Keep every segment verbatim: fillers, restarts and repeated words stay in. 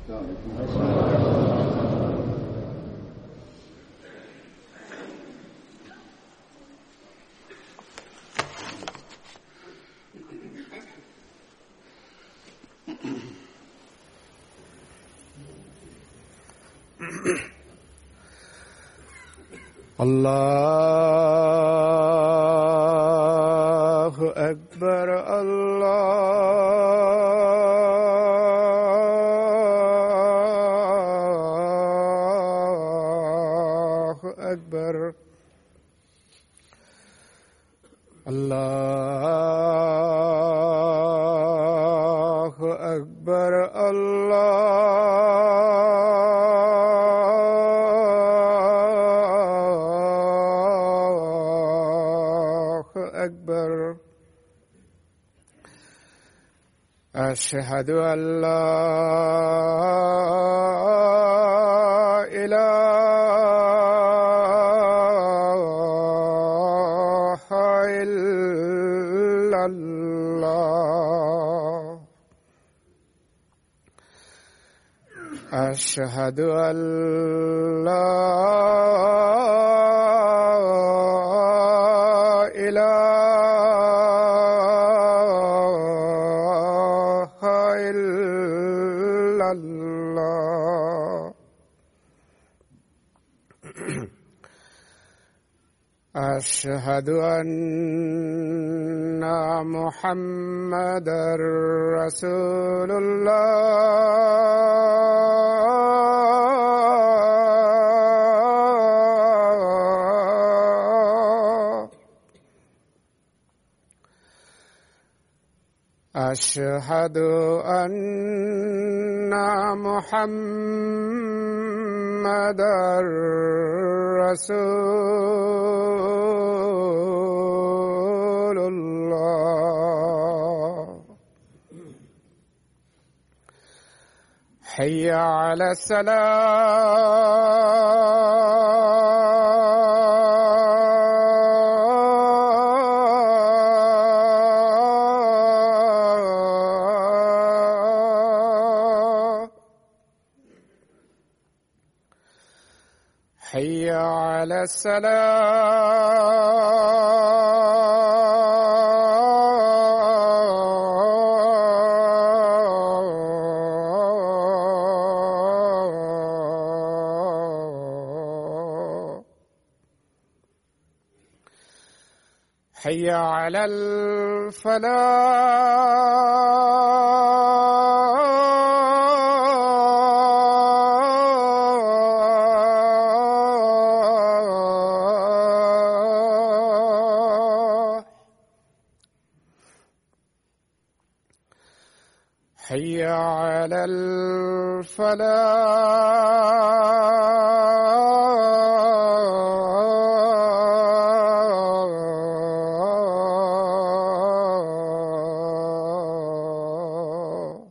الله أكبر الله أكبر الله أكبر أشهد أن لا إله إلا الله أشهد أن لا أشهد أن محمدًا رسول الله أشهد أن محمدًا رسول الله حي على الصلاة حي على الصلاة حي على الفلاح حي على الفلاح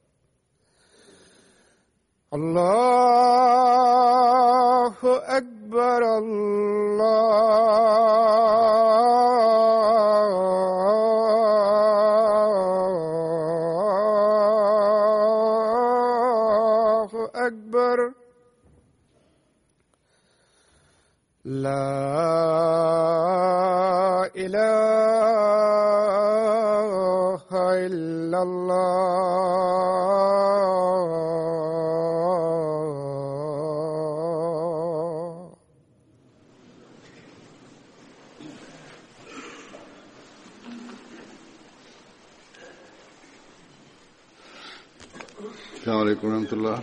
الله أكبر الله أكبر لا إله إلا الله السلام عليكم ورحمة الله.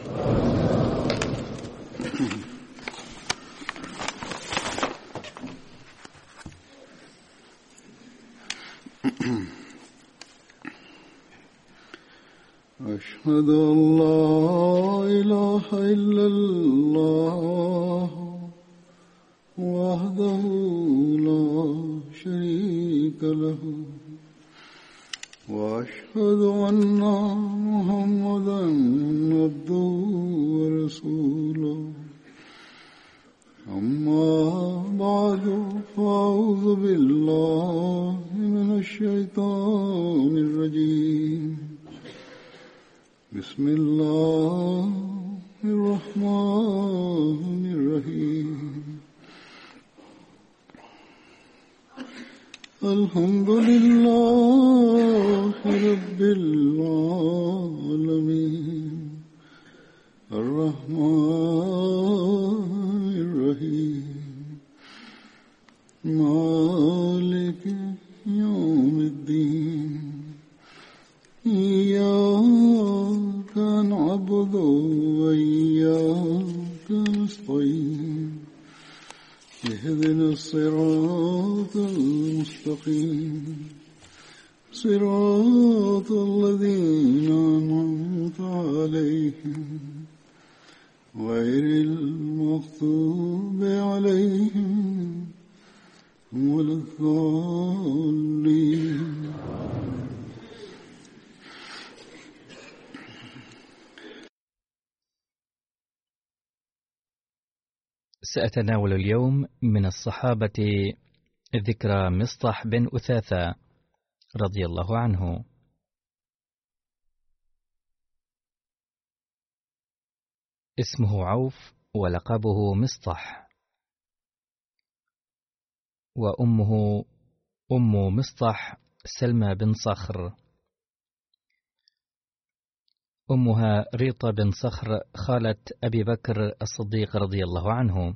أشهد أن لا إله إلا الله وحده لا شريك له وأشهد أن محمدًا عبده ورسوله أما بعد فأعوذ بالله من الشيطان الرجيم بسم الله الرحمن الرحيم الحمد لله رب العالمين الرحمن الرحيم مالك يوم الدين إياك نعبد وإياك نستعين اهدنا الصراط المستقيم صراط الذين أنعمت عليهم غير المغضوب عليهم ولا الضالين. سأتناول اليوم من الصحابة ذكرى مصطح بن أثاثة رضي الله عنه. اسمه عوف ولقبه مصطح، وأمه أم مصطح سلمى بن صخر، أمها ريطة بن صخر خالة أبي بكر الصديق رضي الله عنه.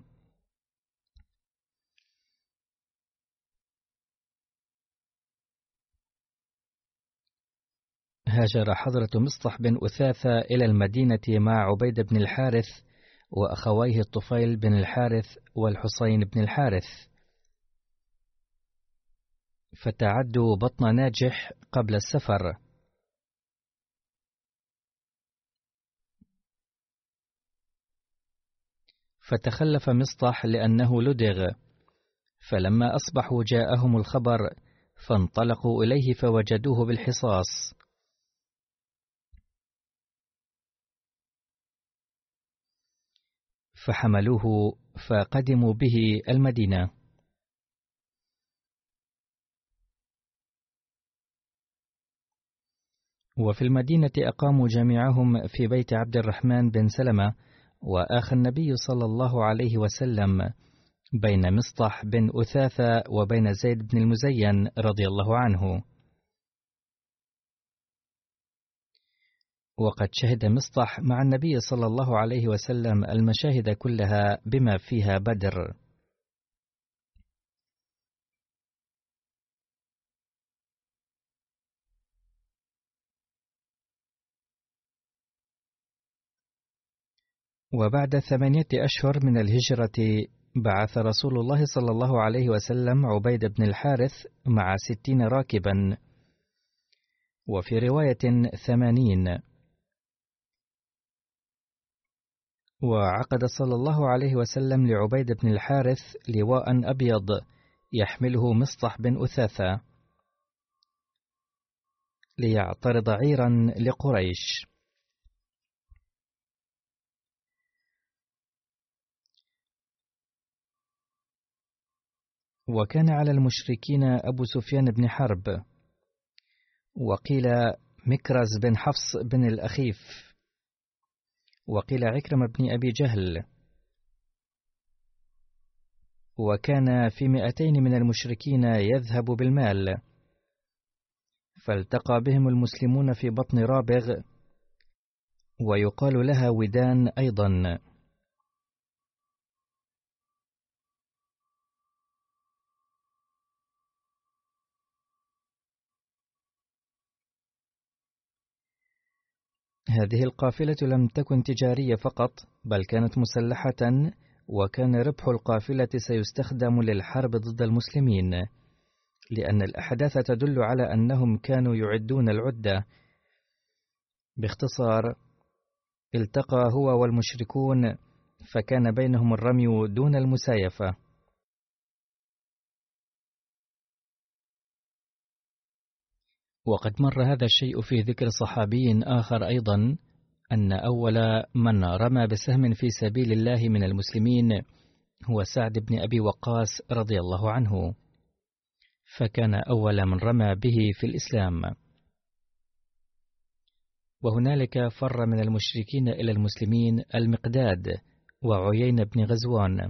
هاجر حضرة مصطح بن أثاثة إلى المدينة مع عبيد بن الحارث وأخويه الطفيل بن الحارث والحسين بن الحارث، فتعدوا بطن ناجح قبل السفر، فتخلف مصطح لأنه لدغ، فلما أصبحوا جاءهم الخبر فانطلقوا إليه فوجدوه بالحصاص، فحملوه فقدموا به المدينة. وفي المدينة أقاموا جميعهم في بيت عبد الرحمن بن سلمة، وآخى النبي صلى الله عليه وسلم بين مصطح بن أثاثة وبين زيد بن المزين رضي الله عنه. وقد شهد مصطح مع النبي صلى الله عليه وسلم المشاهد كلها بما فيها بدر. وبعد ثمانية أشهر من الهجرة بعث رسول الله صلى الله عليه وسلم عبيد بن الحارث مع ستين راكبا، وفي رواية ثمانين، وعقد صلى الله عليه وسلم لعبيد بن الحارث لواء أبيض يحمله مصطح بن أثاثة ليعترض عيرا لقريش. وكان على المشركين أبو سفيان بن حرب، وقيل مكرز بن حفص بن الأخيف، وقيل عكرمة بن أبي جهل. وكان في مئتين من المشركين يذهب بالمال، فالتقى بهم المسلمون في بطن رابغ، ويقال لها ودان أيضا. هذه القافلة لم تكن تجارية فقط، بل كانت مسلحة، وكان ربح القافلة سيستخدم للحرب ضد المسلمين، لأن الأحداث تدل على أنهم كانوا يعدون العدة. باختصار، التقى هو والمشركون، فكان بينهم الرمي دون المسايفة. وقد مر هذا الشيء في ذكر صحابي آخر أيضا، أن أول من رمى بسهم في سبيل الله من المسلمين هو سعد بن أبي وقاص رضي الله عنه، فكان أول من رمى به في الإسلام. وهنالك فر من المشركين إلى المسلمين المقداد وعيين بن غزوان.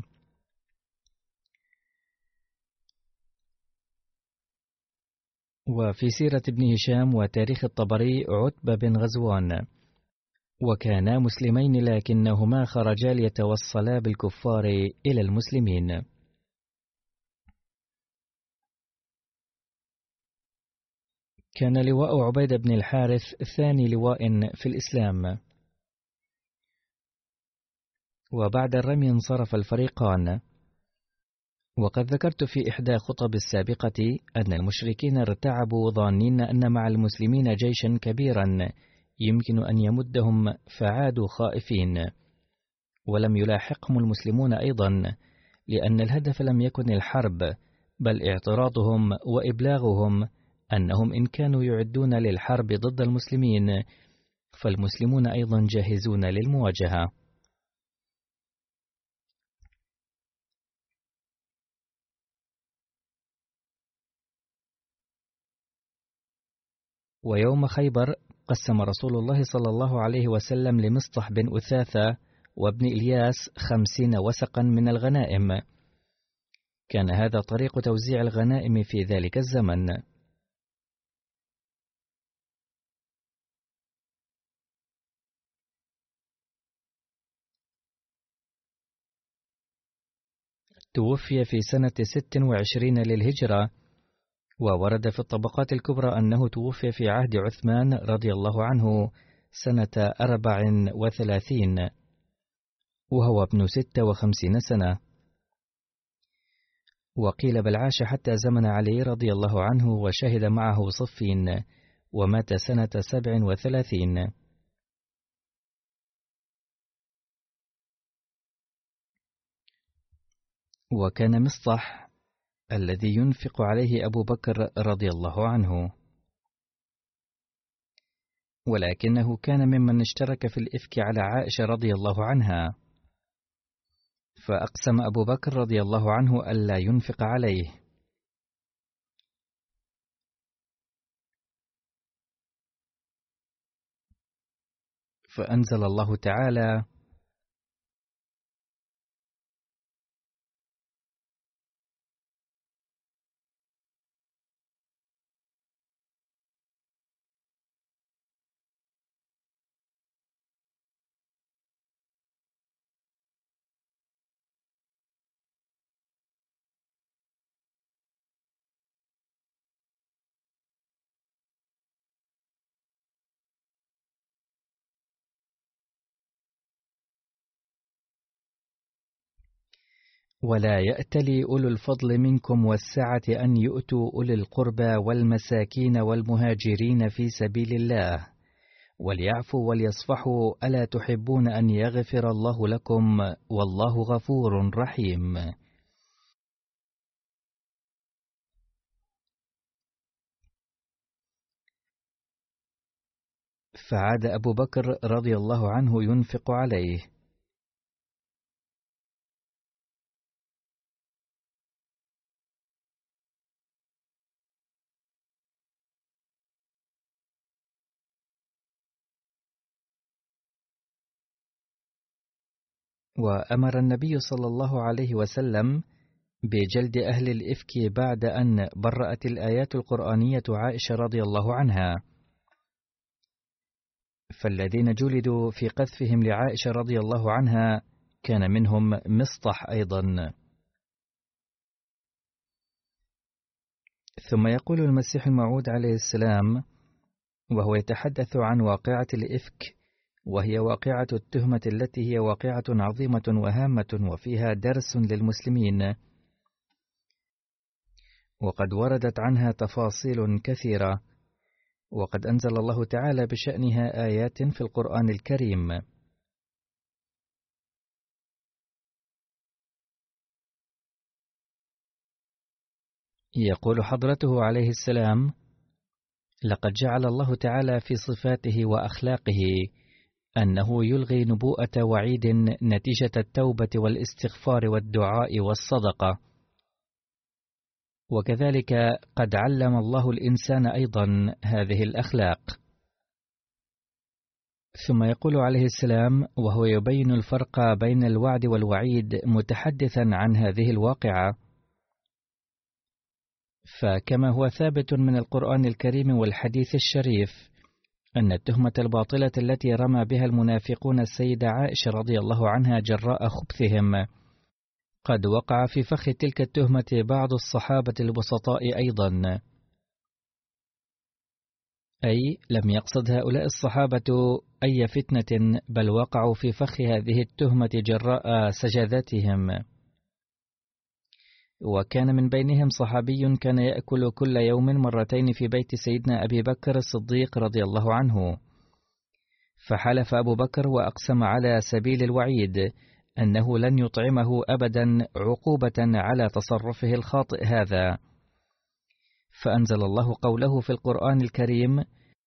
وفي سيرة ابن هشام وتاريخ الطبري عتبة بن غزوان، وكانا مسلمين لكنهما خرجا ليتوصلا بالكفار إلى المسلمين. كان لواء عبيدة بن الحارث ثاني لواء في الإسلام. وبعد الرمي انصرف الفريقان. وقد ذكرت في إحدى خطب السابقة أن المشركين ارتعبوا ظانين أن مع المسلمين جيشا كبيرا يمكن أن يمدهم، فعادوا خائفين. ولم يلاحقهم المسلمون أيضا، لأن الهدف لم يكن الحرب، بل اعتراضهم وإبلاغهم أنهم إن كانوا يعدون للحرب ضد المسلمين فالمسلمون أيضا جاهزون للمواجهة. ويوم خيبر قسم رسول الله صلى الله عليه وسلم لمصطح بن أثاثة وابن إلياس خمسين وسقا من الغنائم. كان هذا طريق توزيع الغنائم في ذلك الزمن. توفي في سنة ست وعشرين للهجرة. وورد في الطبقات الكبرى أنه توفي في عهد عثمان رضي الله عنه سنة أربع وثلاثين، وهو ابن ست وخمسين سنة. وقيل بل عاش حتى زمن علي رضي الله عنه وشهد معه صفين، ومات سنة سبع وثلاثين. وكان مصطح الذي ينفق عليه أبو بكر رضي الله عنه، ولكنه كان ممن اشترك في الإفك على عائشة رضي الله عنها، فأقسم أبو بكر رضي الله عنه ألا ينفق عليه. فأنزل الله تعالى: ولا يأتلي أولو الفضل منكم والسعة أن يؤتوا أولي القربى والمساكين والمهاجرين في سبيل الله وليعفوا وليصفحوا، ألا تحبون أن يغفر الله لكم والله غفور رحيم. فعاد أبو بكر رضي الله عنه ينفق عليه. وأمر النبي صلى الله عليه وسلم بجلد أهل الإفك بعد أن برأت الآيات القرآنية عائشة رضي الله عنها، فالذين جلدوا في قذفهم لعائشة رضي الله عنها كان منهم مصطح أيضا. ثم يقول المسيح الموعود عليه السلام وهو يتحدث عن واقعة الإفك، وهي واقعة التهمة التي هي واقعة عظيمة وهامة وفيها درس للمسلمين، وقد وردت عنها تفاصيل كثيرة، وقد أنزل الله تعالى بشأنها آيات في القرآن الكريم. يقول حضرته عليه السلام: لقد جعل الله تعالى في صفاته وأخلاقه أنه يلغي نبوءة وعيد نتيجة التوبة والاستغفار والدعاء والصدقة، وكذلك قد علم الله الإنسان أيضا هذه الأخلاق. ثم يقول عليه السلام وهو يبين الفرق بين الوعد والوعيد متحدثا عن هذه الواقعة: فكما هو ثابت من القرآن الكريم والحديث الشريف أن التهمة الباطلة التي رمى بها المنافقون السيدة عائشة رضي الله عنها جراء خبثهم قد وقع في فخ تلك التهمة بعض الصحابة البسطاء أيضا، أي لم يقصد هؤلاء الصحابة أي فتنة، بل وقعوا في فخ هذه التهمة جراء سجادتهم. وكان من بينهم صحابي كان يأكل كل يوم مرتين في بيت سيدنا أبي بكر الصديق رضي الله عنه، فحلف أبو بكر وأقسم على سبيل الوعيد أنه لن يطعمه أبدا عقوبة على تصرفه الخاطئ هذا، فأنزل الله قوله في القرآن الكريم: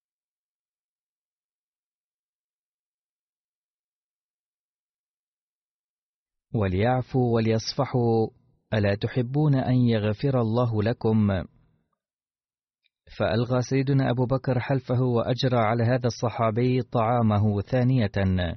وليعفوا وليصفحوا ألا تحبون أن يغفر الله لكم. فألغى سيدنا أبو بكر حلفه وأجرى على هذا الصحابي طعامه ثانية.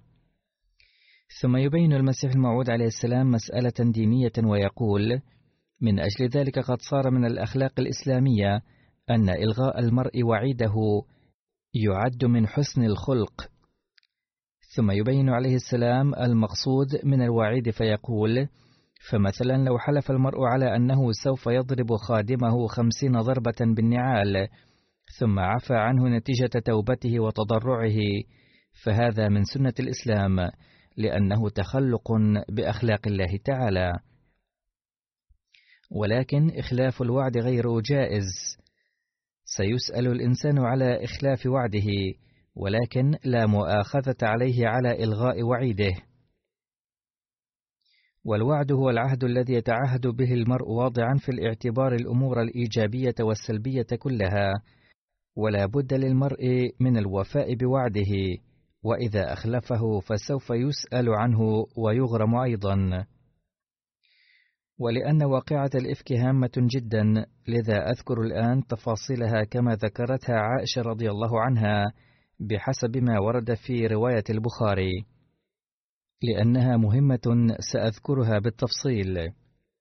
ثم يبين المسيح الموعود عليه السلام مسألة دينية ويقول: من أجل ذلك قد صار من الأخلاق الإسلامية أن إلغاء المرء وعيده يعد من حسن الخلق. ثم يبين عليه السلام المقصود من الوعيد فيقول: فمثلا لو حلف المرء على أنه سوف يضرب خادمه خمسين ضربة بالنعال ثم عفى عنه نتيجة توبته وتضرعه، فهذا من سنة الإسلام لأنه تخلق بأخلاق الله تعالى. ولكن إخلاف الوعد غير جائز، سيسأل الإنسان على إخلاف وعده، ولكن لا مؤاخذة عليه على إلغاء وعيده. والوعد هو العهد الذي يتعهد به المرء واضعا في الاعتبار الأمور الإيجابية والسلبية كلها، ولا بد للمرء من الوفاء بوعده، وإذا أخلفه فسوف يسأل عنه ويغرم أيضا. ولأن واقعة الإفك هامة جدا، لذا أذكر الآن تفاصيلها كما ذكرتها عائشة رضي الله عنها بحسب ما ورد في رواية البخاري، لأنها مهمة سأذكرها بالتفصيل.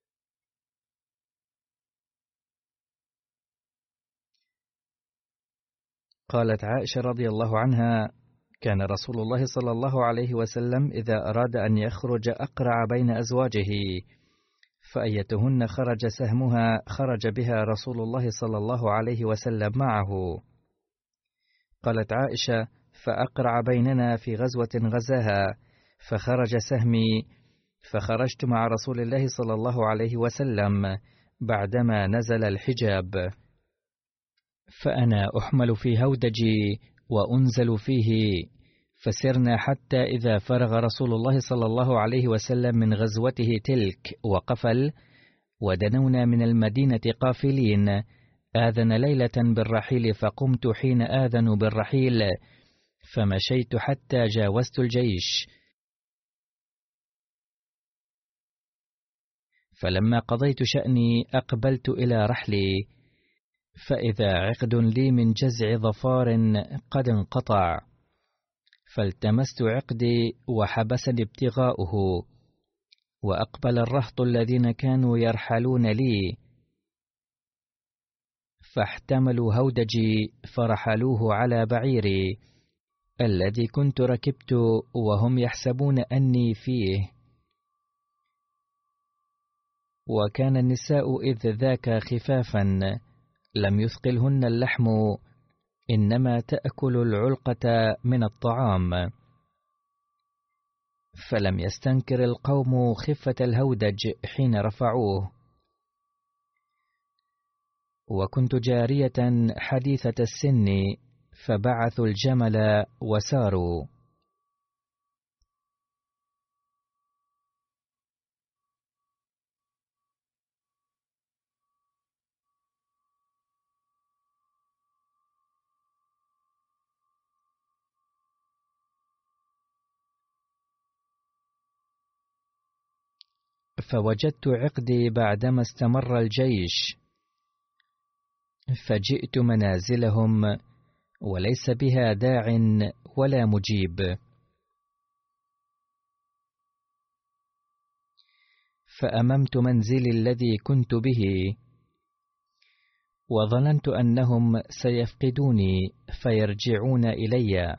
قالت عائشة رضي الله عنها: كان رسول الله صلى الله عليه وسلم إذا أراد أن يخرج أقرع بين أزواجه، فأيتهن خرج سهمها خرج بها رسول الله صلى الله عليه وسلم معه. قالت عائشة: فأقرع بيننا في غزوة غزاها، فخرج سهمي، فخرجت مع رسول الله صلى الله عليه وسلم بعدما نزل الحجاب، فأنا أحمل في هودجي وأنزل فيه، فسرنا حتى إذا فرغ رسول الله صلى الله عليه وسلم من غزوته تلك وقفل، ودنونا من المدينة قافلين، آذن ليلة بالرحيل، فقمت حين آذن بالرحيل، فمشيت حتى جاوزت الجيش، فلما قضيت شأني أقبلت إلى رحلي، فإذا عقد لي من جزع ظفار قد انقطع، فالتمست عقدي وحبسني ابتغاؤه، وأقبل الرهط الذين كانوا يرحلون لي، فاحتملوا هودجي فرحلوه على بعيري الذي كنت ركبت، وهم يحسبون أني فيه. وكان النساء إذ ذاك خفافا لم يثقلهن اللحم، إنما تأكل العلقة من الطعام، فلم يستنكر القوم خفة الهودج حين رفعوه. وكنت جارية حديثة السن، فبعثوا الجمل وساروا. فوجدت عقدي بعدما استمر الجيش، فجئت منازلهم وليس بها داع ولا مجيب. فأممت منزلي الذي كنت به، وظننت أنهم سيفقدوني فيرجعون إلي.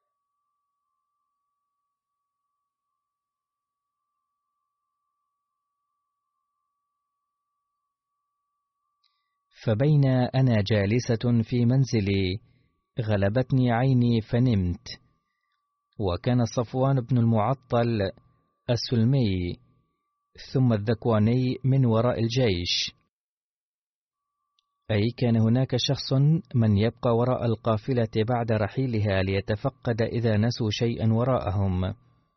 فبين أنا جالسة في منزلي غلبتني عيني فنمت، وكان صفوان بن المعطل السلمي ثم الذكواني من وراء الجيش، أي كان هناك شخص من يبقى وراء القافلة بعد رحيلها ليتفقد إذا نسوا شيئا وراءهم.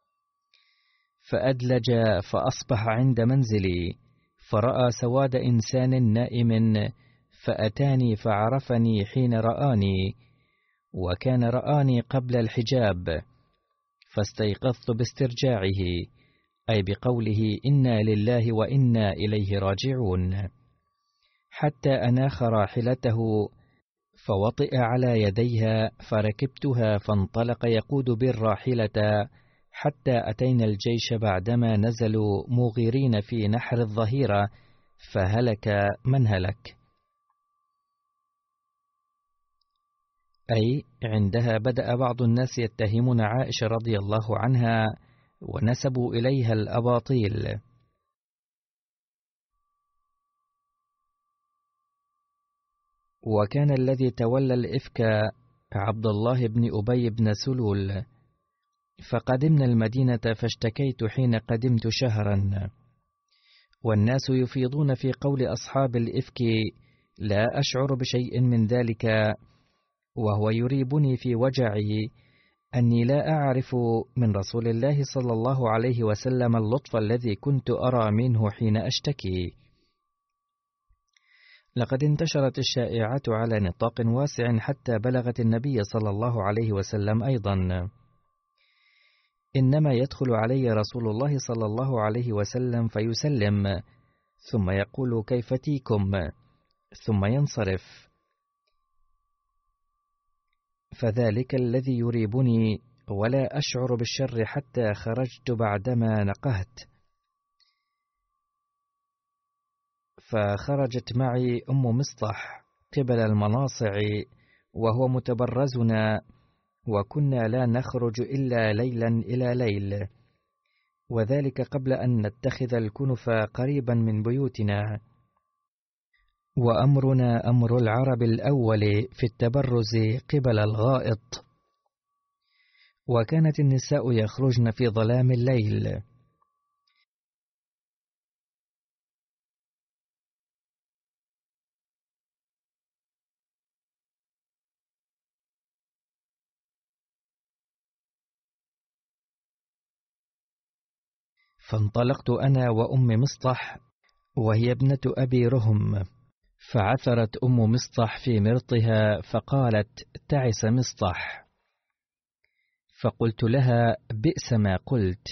فأدلج فأصبح عند منزلي، فرأى سواد إنسان نائم، فأتاني فعرفني حين رآني، وكان رآني قبل الحجاب، فاستيقظت باسترجاعه، أي بقوله إنا لله وإنا إليه راجعون، حتى أناخ راحلته فوطئ على يديها، فركبتها فانطلق يقود بالراحلة حتى أتينا الجيش بعدما نزلوا مغيرين في نحر الظهيرة، فهلك من هلك. أي عندها بدأ بعض الناس يتهمون عائشة رضي الله عنها ونسبوا إليها الأباطيل. وكان الذي تولى الإفك عبد الله بن أبي بن سلول. فقدمنا المدينة فاشتكيت حين قدمت شهرا، والناس يفيضون في قول أصحاب الإفك، لا أشعر بشيء من ذلك، وهو يريبني في وجعي أني لا أعرف من رسول الله صلى الله عليه وسلم اللطف الذي كنت أرى منه حين أشتكي. لقد انتشرت الشائعات على نطاق واسع حتى بلغت النبي صلى الله عليه وسلم أيضا. إنما يدخل علي رسول الله صلى الله عليه وسلم فيسلم، ثم يقول كيف تيكم، ثم ينصرف. فذلك الذي يريبني، ولا أشعر بالشر حتى خرجت بعدما نقهت. فخرجت معي أم مصطح قبل المناصع، وهو متبرزنا، وكنا لا نخرج إلا ليلا إلى ليل، وذلك قبل أن نتخذ الكنف قريبا من بيوتنا. وأمرنا أمر العرب الأول في التبرز قبل الغائط، وكانت النساء يخرجن في ظلام الليل. فانطلقت أنا وأم مصطح، وهي ابنة أبي رهم، فعثرت أم مصطح في مرطها فقالت تعس مصطح. فقلت لها بئس ما قلت،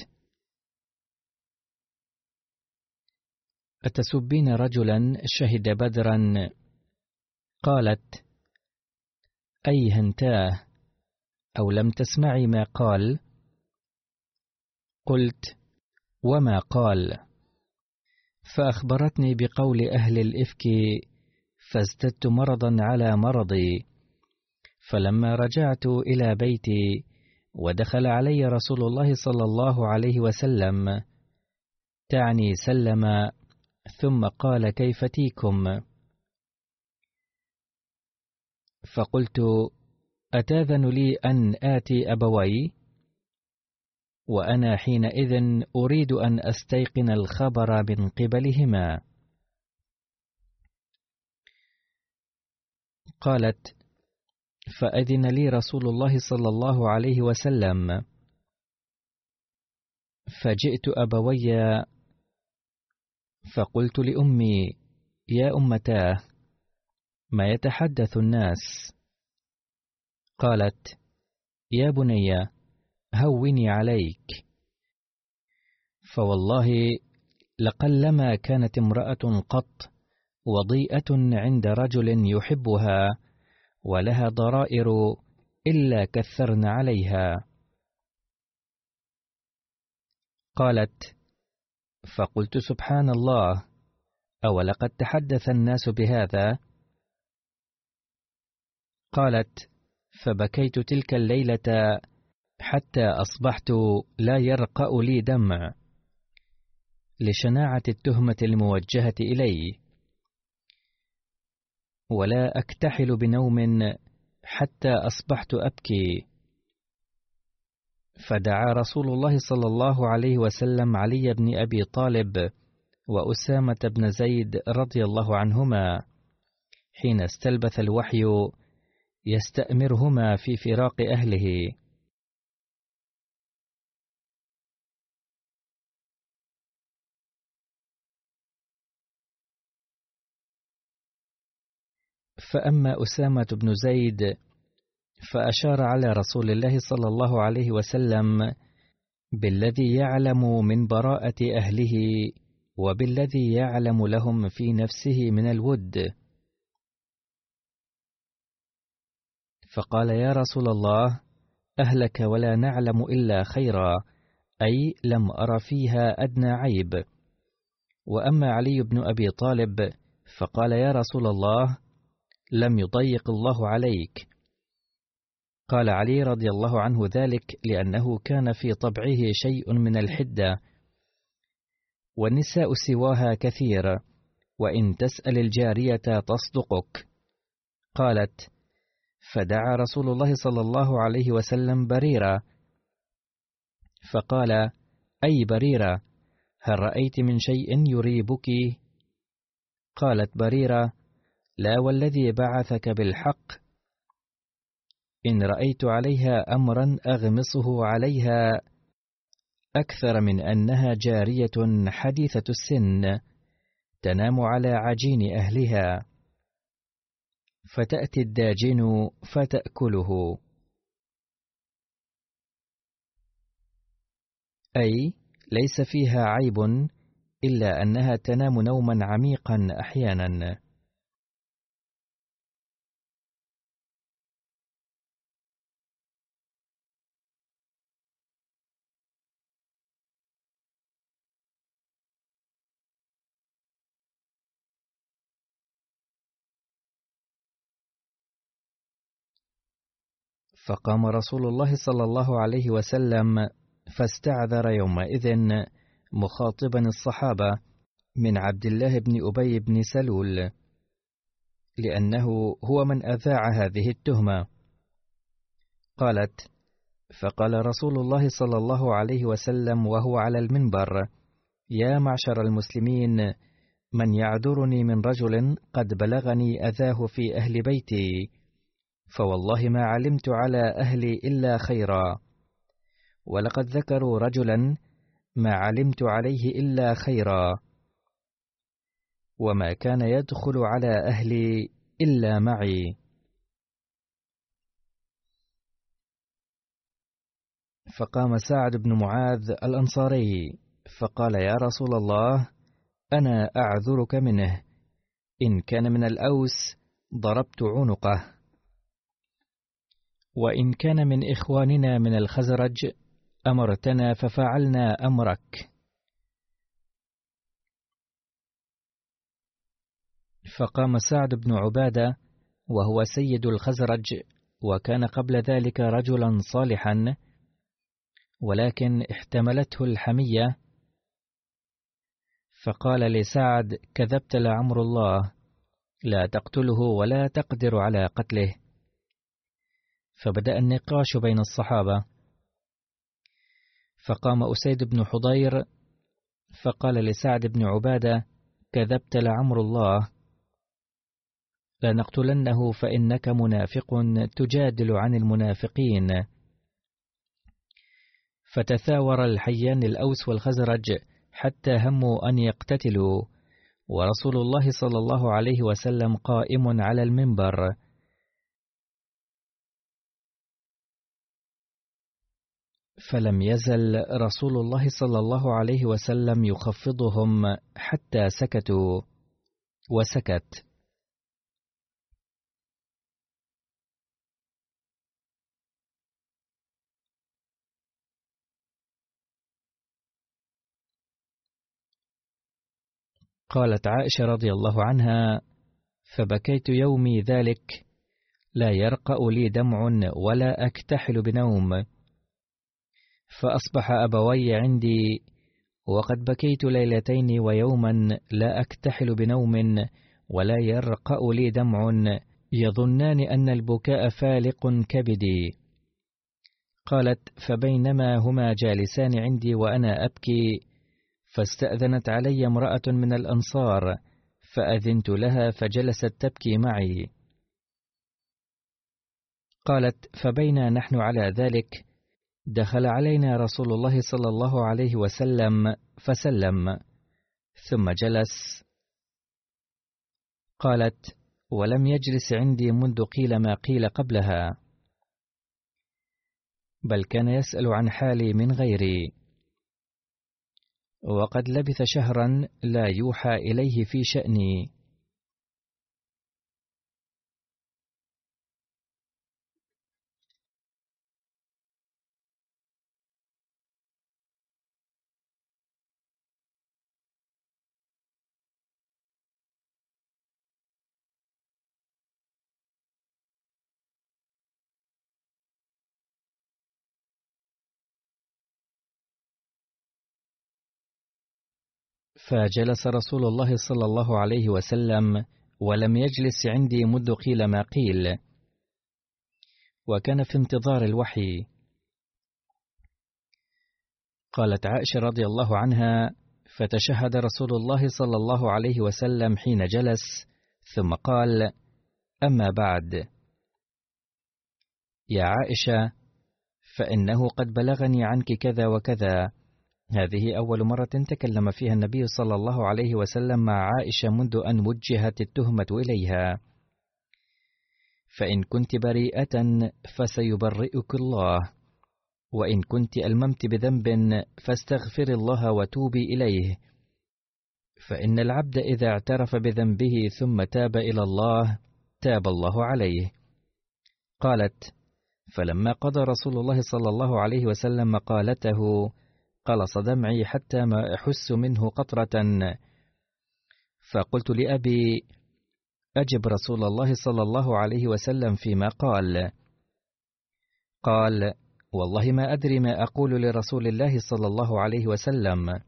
أتسبين رجلا شهد بدرا؟ قالت أي هنتاه، أو لم تسمعي ما قال؟ قلت وما قال؟ فأخبرتني بقول أهل الإفك، فازددت مرضا على مرضي. فلما رجعت إلى بيتي ودخل علي رسول الله صلى الله عليه وسلم، تعني سلم، ثم قال كيف تيكم؟ فقلت أتاذن لي أن آتي أبوي؟ وأنا حينئذ أريد أن أستيقن الخبر من قبلهما. قالت فأذن لي رسول الله صلى الله عليه وسلم، فجئت أبوي فقلت لأمي يا أمتاه ما يتحدث الناس؟ قالت يا بني هوني عليك، فوالله لقلما كانت امرأة قط وضيئة عند رجل يحبها ولها ضرائر إلا كثرن عليها. قالت: فقلت: سبحان الله، أولقد تحدث الناس بهذا؟ قالت: فبكيت تلك الليلة حتى أصبحت لا يرقأ لي دمع لشناعة التهمة الموجهة إلي، ولا أكتحل بنوم حتى أصبحت أبكي. فدعا رسول الله صلى الله عليه وسلم علي بن أبي طالب وأسامة بن زيد رضي الله عنهما حين استلبث الوحي يستأمرهما في فراق أهله. فأما أسامة بن زيد فأشار على رسول الله صلى الله عليه وسلم بالذي يعلم من براءة أهله وبالذي يعلم لهم في نفسه من الود، فقال: يا رسول الله، أهلك ولا نعلم إلا خيرا، أي لم أر فيها أدنى عيب. وأما علي بن أبي طالب فقال: يا رسول الله، لم يضيق الله عليك. قال علي رضي الله عنه ذلك لأنه كان في طبعه شيء من الحدة، والنساء سواها كثير، وإن تسأل الجارية تصدقك. قالت: فدعا رسول الله صلى الله عليه وسلم بريرة، فقال: أي بريرة، هل رأيت من شيء يريبك؟ قالت بريرة: لا والذي بعثك بالحق، إن رأيت عليها أمرا أغمصه عليها أكثر من أنها جارية حديثة السن تنام على عجين أهلها، فتأتي الداجن فتأكله. أي ليس فيها عيب إلا أنها تنام نوما عميقا أحيانا. فقام رسول الله صلى الله عليه وسلم فاستعذر يومئذ مخاطبا الصحابة من عبد الله بن أبي بن سلول، لأنه هو من أذاع هذه التهمة. قالت: فقال رسول الله صلى الله عليه وسلم وهو على المنبر: يا معشر المسلمين، من يعذرني من رجل قد بلغني أذاه في أهل بيتي، فوالله ما علمت على أهلي إلا خيرا، ولقد ذكروا رجلا ما علمت عليه إلا خيرا، وما كان يدخل على أهلي إلا معي. فقام سعد بن معاذ الأنصاري فقال: يا رسول الله، أنا أعذرك منه، إن كان من الأوس ضربت عنقه، وإن كان من إخواننا من الخزرج أمرتنا ففعلنا أمرك. فقام سعد بن عبادة وهو سيد الخزرج، وكان قبل ذلك رجلا صالحا، ولكن احتملته الحمية، فقال لسعد: كذبت لعمر الله، لا تقتله ولا تقدر على قتله. فبدأ النقاش بين الصحابة، فقام أسيد بن حضير فقال لسعد بن عبادة: كذبت لعمر الله، لنقتلنه فإنك منافق تجادل عن المنافقين. فتثاور الحيان الأوس والخزرج حتى هموا أن يقتتلوا، ورسول الله صلى الله عليه وسلم قائم على المنبر. فلم يزل رسول الله صلى الله عليه وسلم يخفضهم حتى سكتوا، وسكت. قالت عائشة رضي الله عنها: فبكيت يومي ذلك، لا يرقأ لي دمع ولا أكتحل بنوم، فأصبح أبوي عندي وقد بكيت ليلتين ويوما لا أكتحل بنوم ولا يرقأ لي دمع، يظنان أن البكاء فالق كبدي. قالت: فبينما هما جالسان عندي وأنا أبكي، فاستأذنت علي امرأة من الأنصار، فأذنت لها فجلست تبكي معي. قالت: فبينا نحن على ذلك، دخل علينا رسول الله صلى الله عليه وسلم فسلم، ثم جلس. قالت: ولم يجلس عندي منذ قيل ما قيل قبلها، بل كان يسأل عن حالي من غيري، وقد لبث شهرا لا يوحى إليه في شأني. فجلس رسول الله صلى الله عليه وسلم ولم يجلس عندي منذ قيل ما قيل، وكان في انتظار الوحي. قالت عائشة رضي الله عنها: فتشهد رسول الله صلى الله عليه وسلم حين جلس، ثم قال: أما بعد، يا عائشة، فإنه قد بلغني عنك كذا وكذا. هذه أول مرة تكلم فيها النبي صلى الله عليه وسلم مع عائشة منذ أن وجهت التهمة إليها. فإن كنت بريئة فسيبرئك الله، وإن كنت ألممت بذنب فاستغفر الله وتوبي إليه، فإن العبد إذا اعترف بذنبه ثم تاب إلى الله تاب الله عليه. قالت: فلما قضى رسول الله صلى الله عليه وسلم مقالته قلص دمعي حتى ما أحس منه قطرة، فقلت لأبي: أجب رسول الله صلى الله عليه وسلم فيما قال. قال: والله ما أدري ما أقول لرسول الله صلى الله عليه وسلم.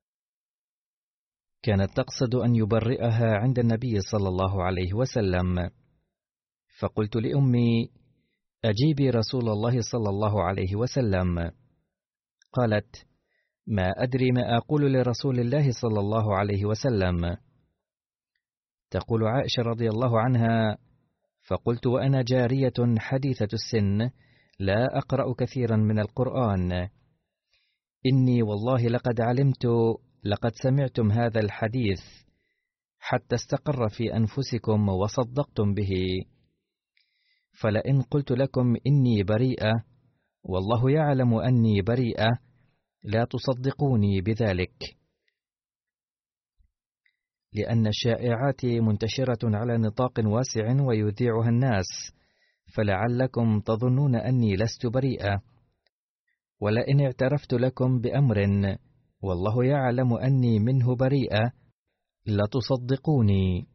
كانت تقصد أن يبرئها عند النبي صلى الله عليه وسلم. فقلت لأمي: أجيبي رسول الله صلى الله عليه وسلم. قالت: ما أدري ما أقول لرسول الله صلى الله عليه وسلم. تقول عائشة رضي الله عنها: فقلت وأنا جارية حديثة السن لا أقرأ كثيرا من القرآن: إني والله لقد علمت لقد سمعتم هذا الحديث حتى استقر في أنفسكم وصدقتم به، فلئن قلت لكم إني بريئة والله يعلم أني بريئة لا تصدقوني بذلك، لأن الشائعات منتشرة على نطاق واسع ويذيعها الناس، فلعلكم تظنون أني لست بريئة، ولئن اعترفت لكم بأمر والله يعلم أني منه بريئة لا تصدقوني.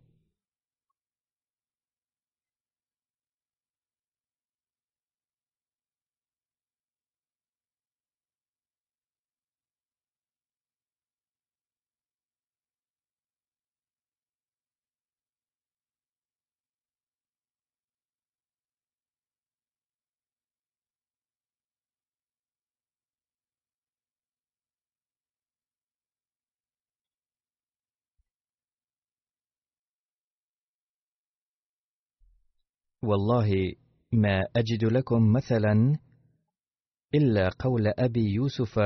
والله ما أجد لكم مثلا إلا قول أبي يوسف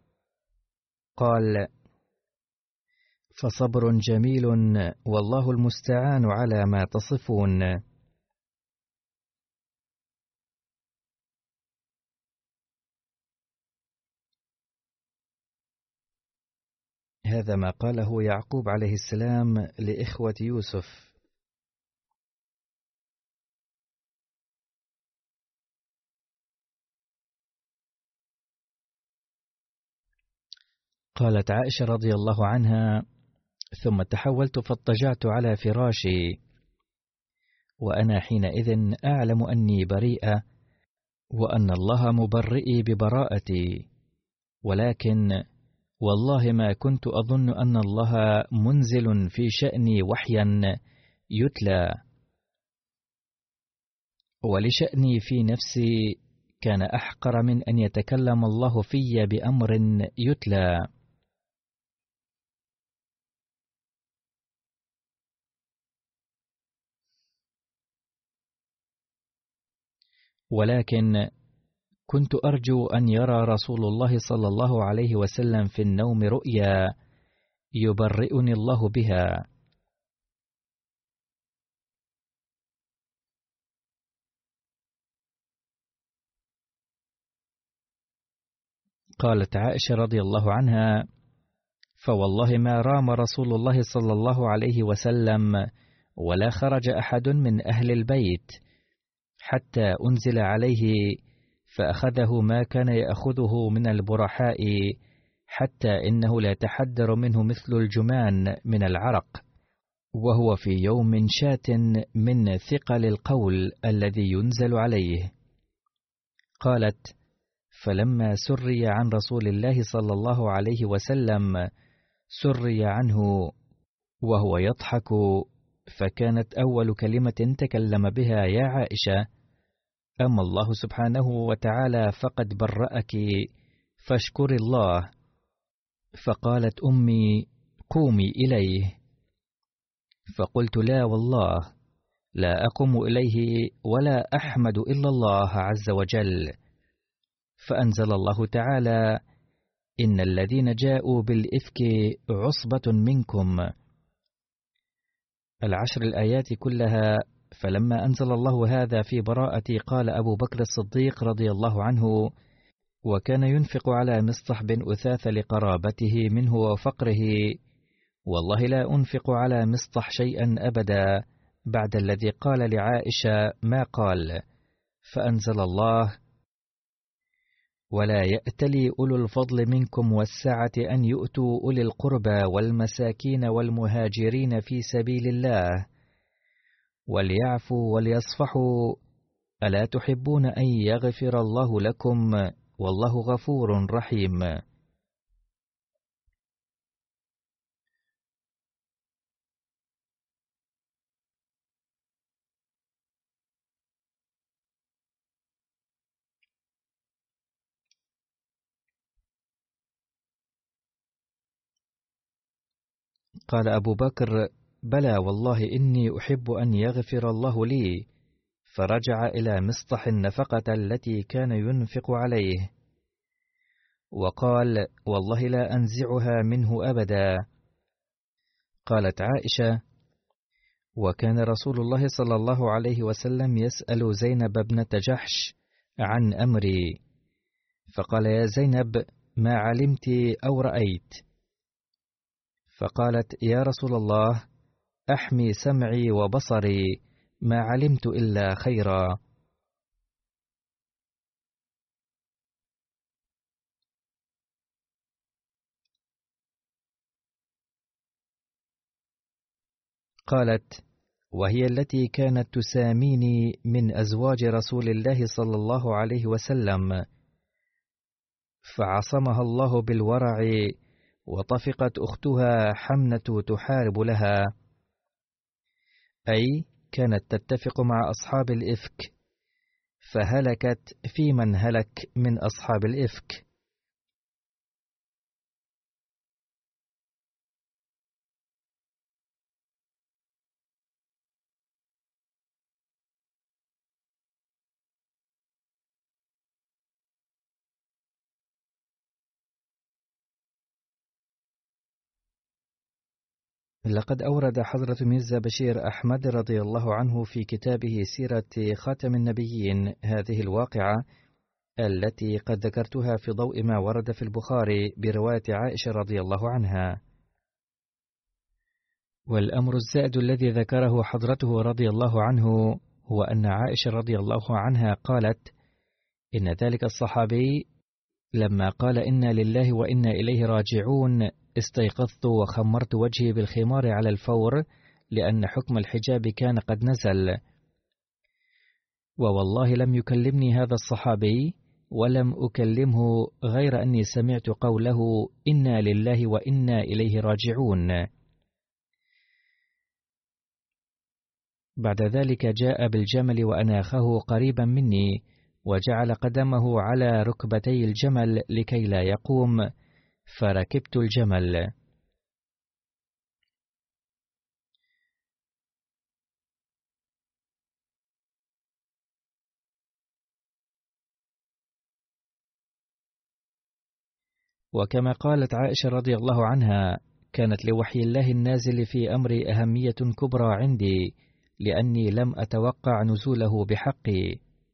قال: فصبر جميل والله المستعان على ما تصفون. هذا ما قاله يعقوب عليه السلام لإخوة يوسف. قالت عائشة رضي الله عنها: ثم تحولت فاضطجعت على فراشي، وأنا حينئذ أعلم أني بريئة وأن الله مبرئي ببراءتي، ولكن والله ما كنت أظن أن الله منزل في شأني وحيا يتلى، ولشأني في نفسي كان أحقر من أن يتكلم الله في بأمر يتلى. ولكن كنت أرجو أن يرى رسول الله صلى الله عليه وسلم في النوم رؤيا يبرئني الله بها. قالت عائشة رضي الله عنها: فوالله ما رام رسول الله صلى الله عليه وسلم ولا خرج أحد من أهل البيت حتى أنزل عليه فأخذه ما كان يأخذه من البرحاء، حتى إنه لا يتحدر منه مثل الجمان من العرق، وهو في يوم شات من ثقل القول الذي ينزل عليه. قالت: فلما سري عن رسول الله صلى الله عليه وسلم سري عنه وهو يضحك، فكانت أول كلمة تكلم بها: يا عائشة، أما الله سبحانه وتعالى فقد برأك فاشكر الله. فقالت أمي: قومي إليه. فقلت: لا والله لا أقوم إليه ولا أحمد إلا الله عز وجل. فأنزل الله تعالى: إن الذين جاءوا بالإفك عصبة منكم، العشر الآيات كلها. فلما أنزل الله هذا في براءتي قال أبو بكر الصديق رضي الله عنه، وكان ينفق على مصطح بن أثاث لقرابته منه وفقره: والله لا أنفق على مصطح شيئا أبدا بعد الذي قال لعائشة ما قال. فأنزل الله: ولا يأتلي أولو الفضل منكم والسعة أن يؤتوا أولي القربى والمساكين والمهاجرين في سبيل الله وليعفوا وليصفحوا، ألا تحبون أن يغفر الله لكم والله غفور رحيم. قال أبو بكر: بلى والله إني أحب أن يغفر الله لي. فرجع إلى مصطح النفقة التي كان ينفق عليه، وقال: والله لا أنزعها منه أبدا. قالت عائشة: وكان رسول الله صلى الله عليه وسلم يسأل زينب ابنة جحش عن أمري، فقال: يا زينب، ما علمت أو رأيت؟ فقالت: يا رسول الله، أحمي سمعي وبصري، ما علمت إلا خيرا. قالت: وهي التي كانت تساميني من أزواج رسول الله صلى الله عليه وسلم، فعصمها الله بالورع، وطفقت أختها حمنة تحارب لها، أي كانت تتفق مع أصحاب الإفك، فهلكت في من هلك من أصحاب الإفك. لقد أورد حضرة ميرزا بشير أحمد رضي الله عنه في كتابه سيرة خاتم النبيين هذه الواقعة التي قد ذكرتها في ضوء ما ورد في البخاري برواية عائشة رضي الله عنها. والأمر الزائد الذي ذكره حضرته رضي الله عنه هو أن عائشة رضي الله عنها قالت: إن ذلك الصحابي لما قال إنا لله وإنا إليه راجعون استيقظت وخمرت وجهي بالخمار على الفور، لأن حكم الحجاب كان قد نزل. ووالله لم يكلمني هذا الصحابي ولم أكلمه غير أني سمعت قوله: إنا لله وإنا إليه راجعون. بعد ذلك جاء بالجمل وأناخه قريبا مني، وجعل قدمه على ركبتي الجمل لكي لا يقوم، فركبت الجمل. وكما قالت عائشة رضي الله عنها: كانت لوحي الله النازل في أمري أهمية كبرى عندي، لأني لم أتوقع نزوله بحقي.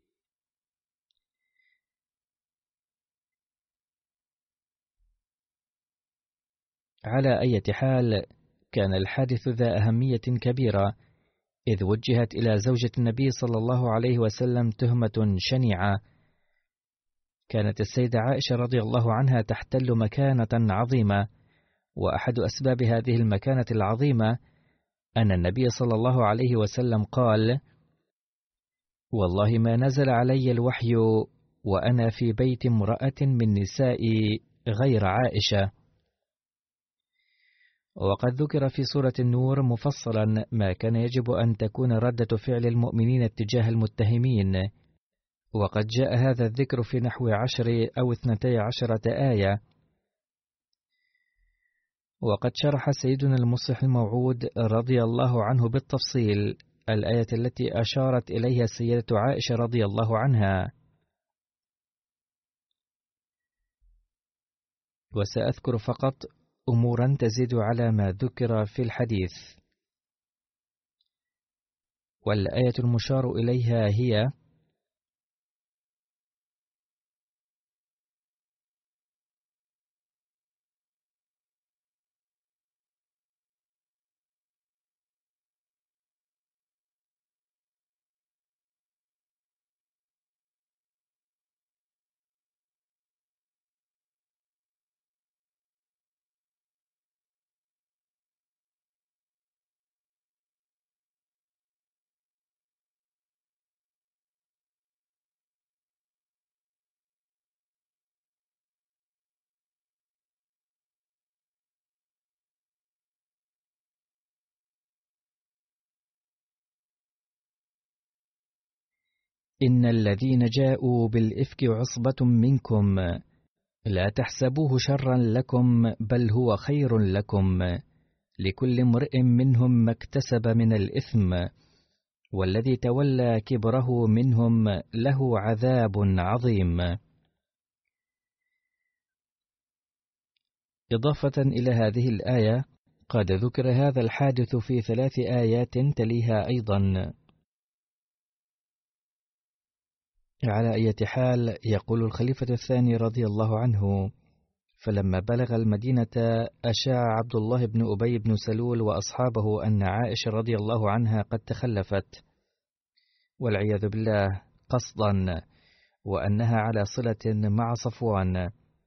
على أي حال، كان الحادث ذا أهمية كبيرة، إذ وجهت إلى زوجة النبي صلى الله عليه وسلم تهمة شنيعة. كانت السيدة عائشة رضي الله عنها تحتل مكانة عظيمة، وأحد أسباب هذه المكانة العظيمة أن النبي صلى الله عليه وسلم قال: والله ما نزل علي الوحي وأنا في بيت امرأة من نسائي غير عائشة. وقد ذكر في سورة النور مفصلا ما كان يجب أن تكون ردة فعل المؤمنين اتجاه المتهمين، وقد جاء هذا الذكر في نحو عشر أو اثنتي عشرة آية. وقد شرح سيدنا المصلح الموعود رضي الله عنه بالتفصيل الآية التي أشارت إليها السيدة عائشة رضي الله عنها، وسأذكر فقط أمورا تزيد على ما ذكر في الحديث. والآية المشار إليها هي: إن الذين جاءوا بالإفك عصبة منكم لا تحسبوه شرا لكم بل هو خير لكم، لكل امرئ منهم ما اكتسب من الإثم، والذي تولى كبره منهم له عذاب عظيم. إضافة إلى هذه الآية، قد ذكر هذا الحادث في ثلاث آيات تليها أيضا. على أي حال، يقول الخليفة الثاني رضي الله عنه: فلما بلغ المدينة أشاع عبد الله بن أبي بن سلول وأصحابه أن عائشة رضي الله عنها قد تخلفت، والعياذ بالله، قصدا، وأنها على صلة مع صفوان.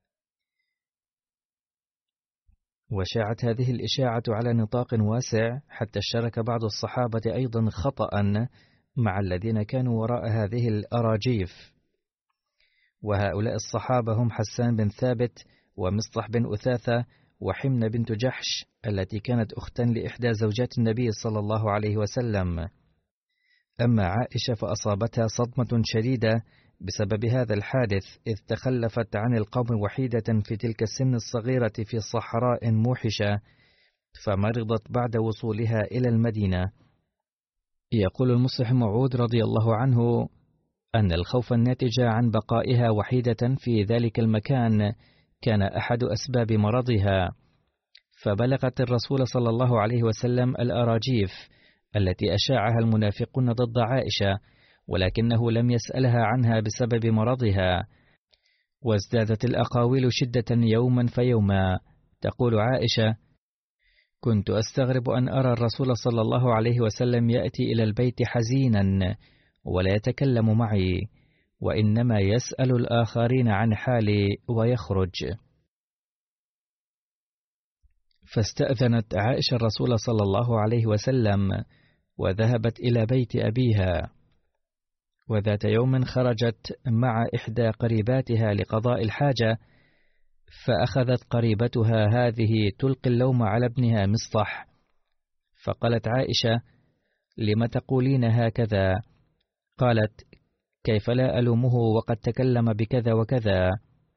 وشاعت هذه الإشاعة على نطاق واسع، حتى اشترك بعض الصحابة أيضا خطأ مع الذين كانوا وراء هذه الأراجيف. وهؤلاء الصحابة هم حسان بن ثابت ومصطح بن أثاثة وحمنة بنت جحش التي كانت أختا لإحدى زوجات النبي صلى الله عليه وسلم. أما عائشة فأصابتها صدمة شديدة بسبب هذا الحادث، إذ تخلفت عن القوم وحيدة في تلك السن الصغيرة في صحراء موحشة، فمرضت بعد وصولها إلى المدينة. يقول المصلح الموعود رضي الله عنه أن الخوف الناتج عن بقائها وحيدة في ذلك المكان كان أحد أسباب مرضها، فبلغت الرسول صلى الله عليه وسلم الأراجيف التي أشاعها المنافقون ضد عائشة، ولكنه لم يسألها عنها بسبب مرضها. وازدادت الأقاويل شدة يوما فيوما. تقول عائشة: كنت أستغرب أن أرى الرسول صلى الله عليه وسلم يأتي إلى البيت حزينا ولا يتكلم معي، وإنما يسأل الآخرين عن حالي ويخرج. فاستأذنت عائشة الرسول صلى الله عليه وسلم وذهبت إلى بيت أبيها. وذات يوم خرجت مع إحدى قريباتها لقضاء الحاجة، فأخذت قريبتها هذه تلقي اللوم على ابنها مصطح، فقالت عائشة: لم تقولين هكذا؟ قالت: كيف لا ألومه وقد تكلم بكذا وكذا.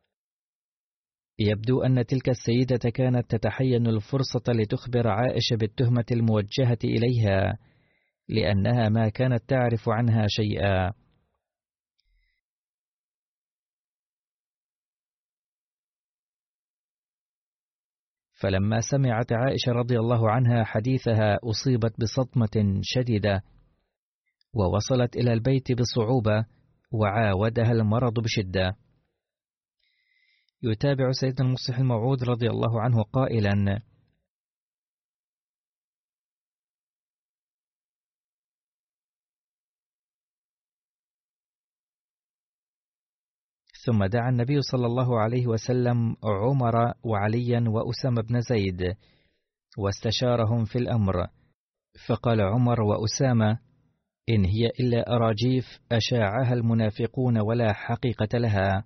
يبدو أن تلك السيدة كانت تتحين الفرصة لتخبر عائشة بالتهمة الموجهة إليها، لأنها ما كانت تعرف عنها شيئا. فلما سمعت عائشة رضي الله عنها حديثها أصيبت بصدمة شديدة، ووصلت إلى البيت بصعوبة، وعاودها المرض بشدة. يتابع سيدنا المصلح الموعود رضي الله عنه قائلا: ثم دعا النبي صلى الله عليه وسلم عمر وعليا وأسامة بن زيد واستشارهم في الأمر، فقال عمر وأسامة: إن هي إلا أراجيف أشاعها المنافقون ولا حقيقة لها.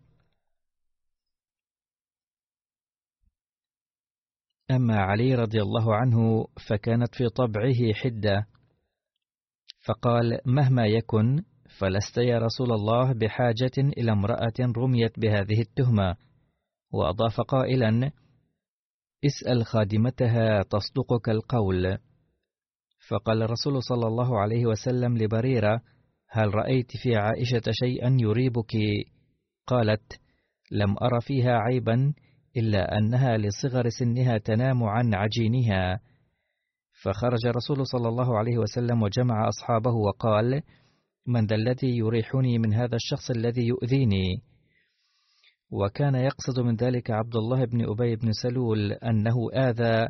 أما علي رضي الله عنه فكانت في طبعه حدة، فقال: مهما يكن فلست يا رسول الله بحاجة إلى امرأة رميت بهذه التهمة. وأضاف قائلا: اسأل خادمتها تصدقك القول. فقال الرسول صلى الله عليه وسلم لبريرة: هل رأيت في عائشة شيئا يريبك؟ قالت: لم أر فيها عيبا إلا أنها لصغر سنها تنام عن عجينها. فخرج الرسول صلى الله عليه وسلم وجمع أصحابه وقال: من ذا الذي يريحني من هذا الشخص الذي يؤذيني؟ وكان يقصد من ذلك عبد الله بن أبي بن سلول أنه آذى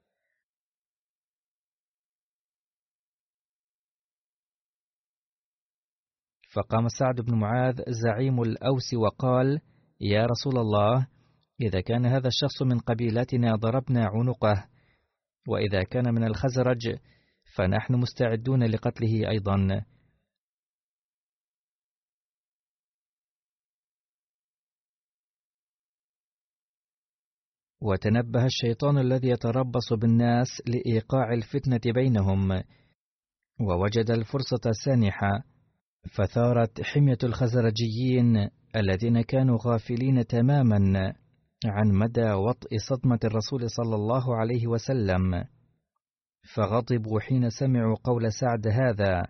فقام سعد بن معاذ زعيم الأوس وقال: يا رسول الله، إذا كان هذا الشخص من قبيلتنا ضربنا عنقه، وإذا كان من الخزرج فنحن مستعدون لقتله أيضا. وتنبه الشيطان الذي يتربص بالناس لإيقاع الفتنة بينهم، ووجد الفرصة سانحة، فثارت حمية الخزرجيين الذين كانوا غافلين تماما عن مدى وطئ صدمة الرسول صلى الله عليه وسلم، فغضبوا حين سمعوا قول سعد هذا.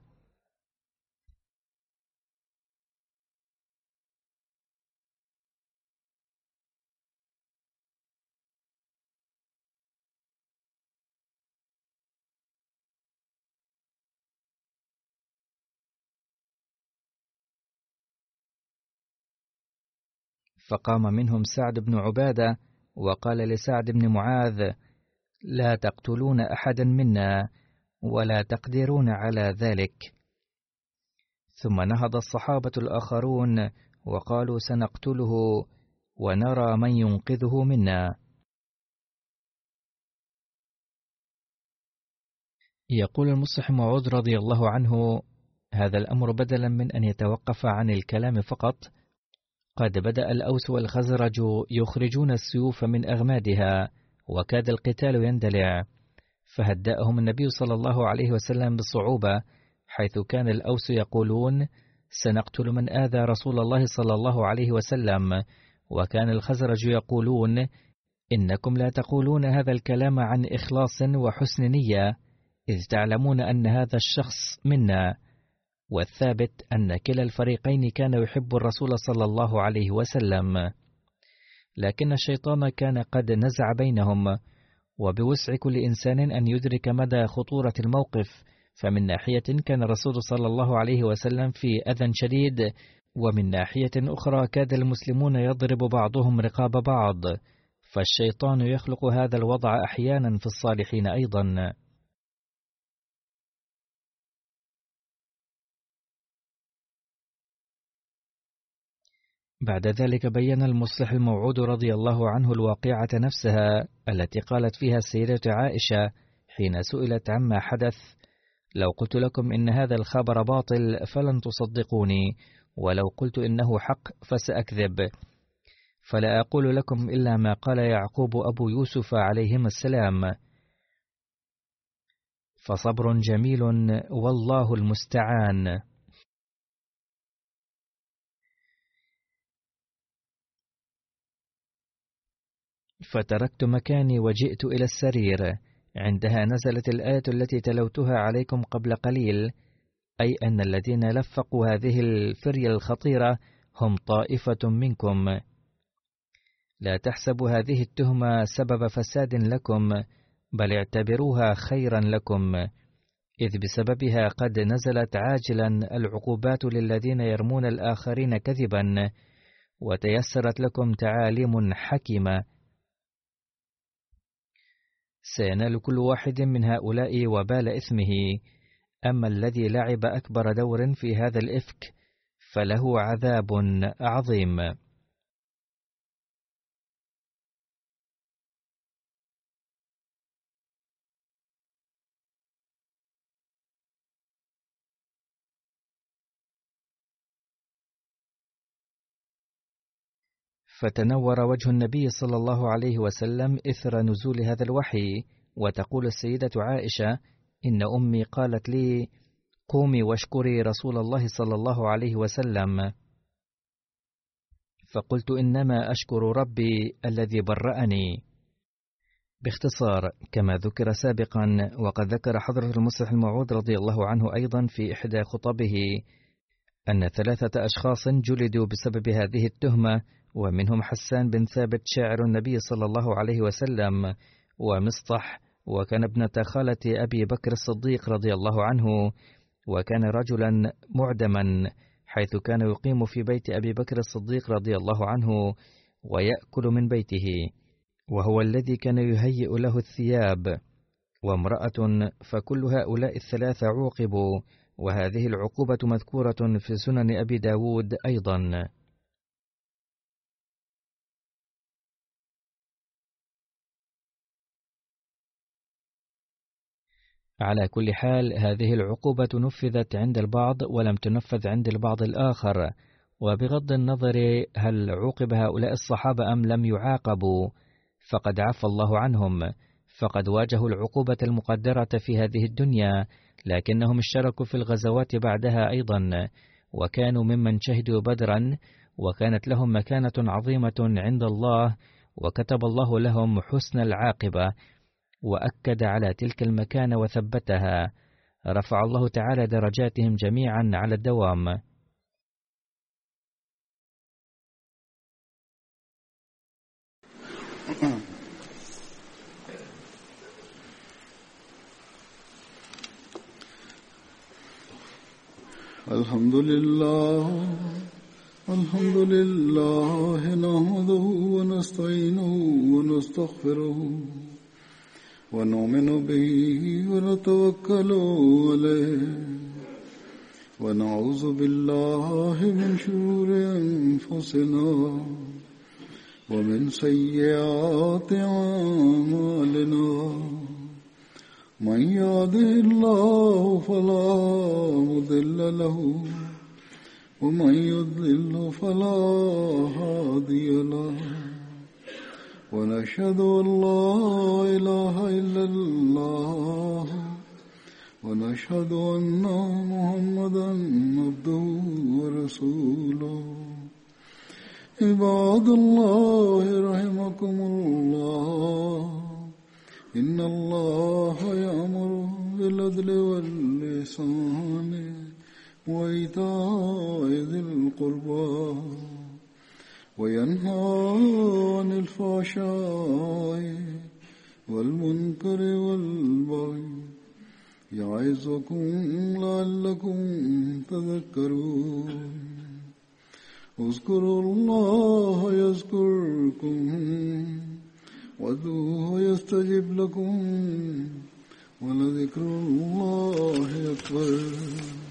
فقام منهم سعد بن عبادة وقال لسعد بن معاذ: لا تقتلون أحدا منا ولا تقدرون على ذلك. ثم نهض الصحابة الآخرون وقالوا: سنقتله ونرى من ينقذه منا. يقول المصلح موعود رضي الله عنه: هذا الأمر بدلا من أن يتوقف عن الكلام فقط، قد بدأ الأوس والخزرج يخرجون السيوف من أغمادها، وكاد القتال يندلع، فهدأهم النبي صلى الله عليه وسلم بصعوبة، حيث كان الأوس يقولون: سنقتل من آذى رسول الله صلى الله عليه وسلم، وكان الخزرج يقولون: إنكم لا تقولون هذا الكلام عن إخلاص وحسن نية، إذ تعلمون أن هذا الشخص منا. والثابت أن كلا الفريقين كان يحب الرسول صلى الله عليه وسلم، لكن الشيطان كان قد نزع بينهم، وبوسع كل إنسان أن يدرك مدى خطورة الموقف، فمن ناحية كان الرسول صلى الله عليه وسلم في أذى شديد، ومن ناحية أخرى كاد المسلمون يضرب بعضهم رقاب بعض، فالشيطان يخلق هذا الوضع أحيانا في الصالحين أيضا. بعد ذلك بين المصلح الموعود رضي الله عنه الواقعة نفسها التي قالت فيها السيدة عائشة حين سئلت عما حدث: لو قلت لكم إن هذا الخبر باطل فلن تصدقوني، ولو قلت إنه حق فسأكذب، فلا أقول لكم إلا ما قال يعقوب أبو يوسف عليهما السلام: فصبر جميل والله المستعان. فتركت مكاني وجئت إلى السرير. عندها نزلت الآية التي تلوتها عليكم قبل قليل، أي أن الذين لفقوا هذه الفرية الخطيرة هم طائفة منكم. لا تحسبوا هذه التهمة سبب فساد لكم، بل اعتبروها خيرا لكم، إذ بسببها قد نزلت عاجلا العقوبات للذين يرمون الآخرين كذبا، وتيسرت لكم تعاليم حكمة. سينال كل واحد من هؤلاء وبال إثمه، أما الذي لعب أكبر دور في هذا الإفك فله عذاب عظيم. فتنور وجه النبي صلى الله عليه وسلم إثر نزول هذا الوحي، وتقول السيدة عائشة: إن أمي قالت لي: قومي واشكري رسول الله صلى الله عليه وسلم. فقلت: إنما أشكر ربي الذي برأني. باختصار، كما ذكر سابقا، وقد ذكر حضرة المصلح الموعود رضي الله عنه أيضا في إحدى خطبه أن ثلاثة أشخاص جلدوا بسبب هذه التهمة، ومنهم حسان بن ثابت شاعر النبي صلى الله عليه وسلم، ومصطح، وكان ابنة خالة أبي بكر الصديق رضي الله عنه، وكان رجلا معدما، حيث كان يقيم في بيت أبي بكر الصديق رضي الله عنه ويأكل من بيته، وهو الذي كان يهيئ له الثياب، وامرأة. فكل هؤلاء الثلاثة عوقبوا، وهذه العقوبة مذكورة في سنن أبي داود أيضا. على كل حال، هذه العقوبة نفذت عند البعض ولم تنفذ عند البعض الآخر، وبغض النظر هل عوقب هؤلاء الصحابة أم لم يعاقبوا، فقد عفى الله عنهم، فقد واجهوا العقوبة المقدرة في هذه الدنيا، لكنهم اشتركوا في الغزوات بعدها أيضا، وكانوا ممن شهدوا بدرا، وكانت لهم مكانة عظيمة عند الله، وكتب الله لهم حسن العاقبة، وأكد على تلك المكانة وثبتها. رفع الله تعالى درجاتهم جميعا على الدوام. الحمد لله الحمد لله نحمده ونستعينه ونستغفره ونؤمن به ونتوكل عليه ونعوذ بالله من شرور أنفسنا ومن سيئات أعمالنا من يهده الله فلا مضل له ومن يضلل فلا هادي له ونشهد أن لا إله إلا الله ونشهد أن محمدا عبده ورسوله عباد الله رحمكم الله إن الله يأمر بالعدل والإحسان وإيتاء ذي القربى وينهى عن الفحشاء والمنكر والبغي يعظكم لعلكم تذكرون اذكروا الله يذكركم وادعوه يستجب لكم ولذكر الله أكبر.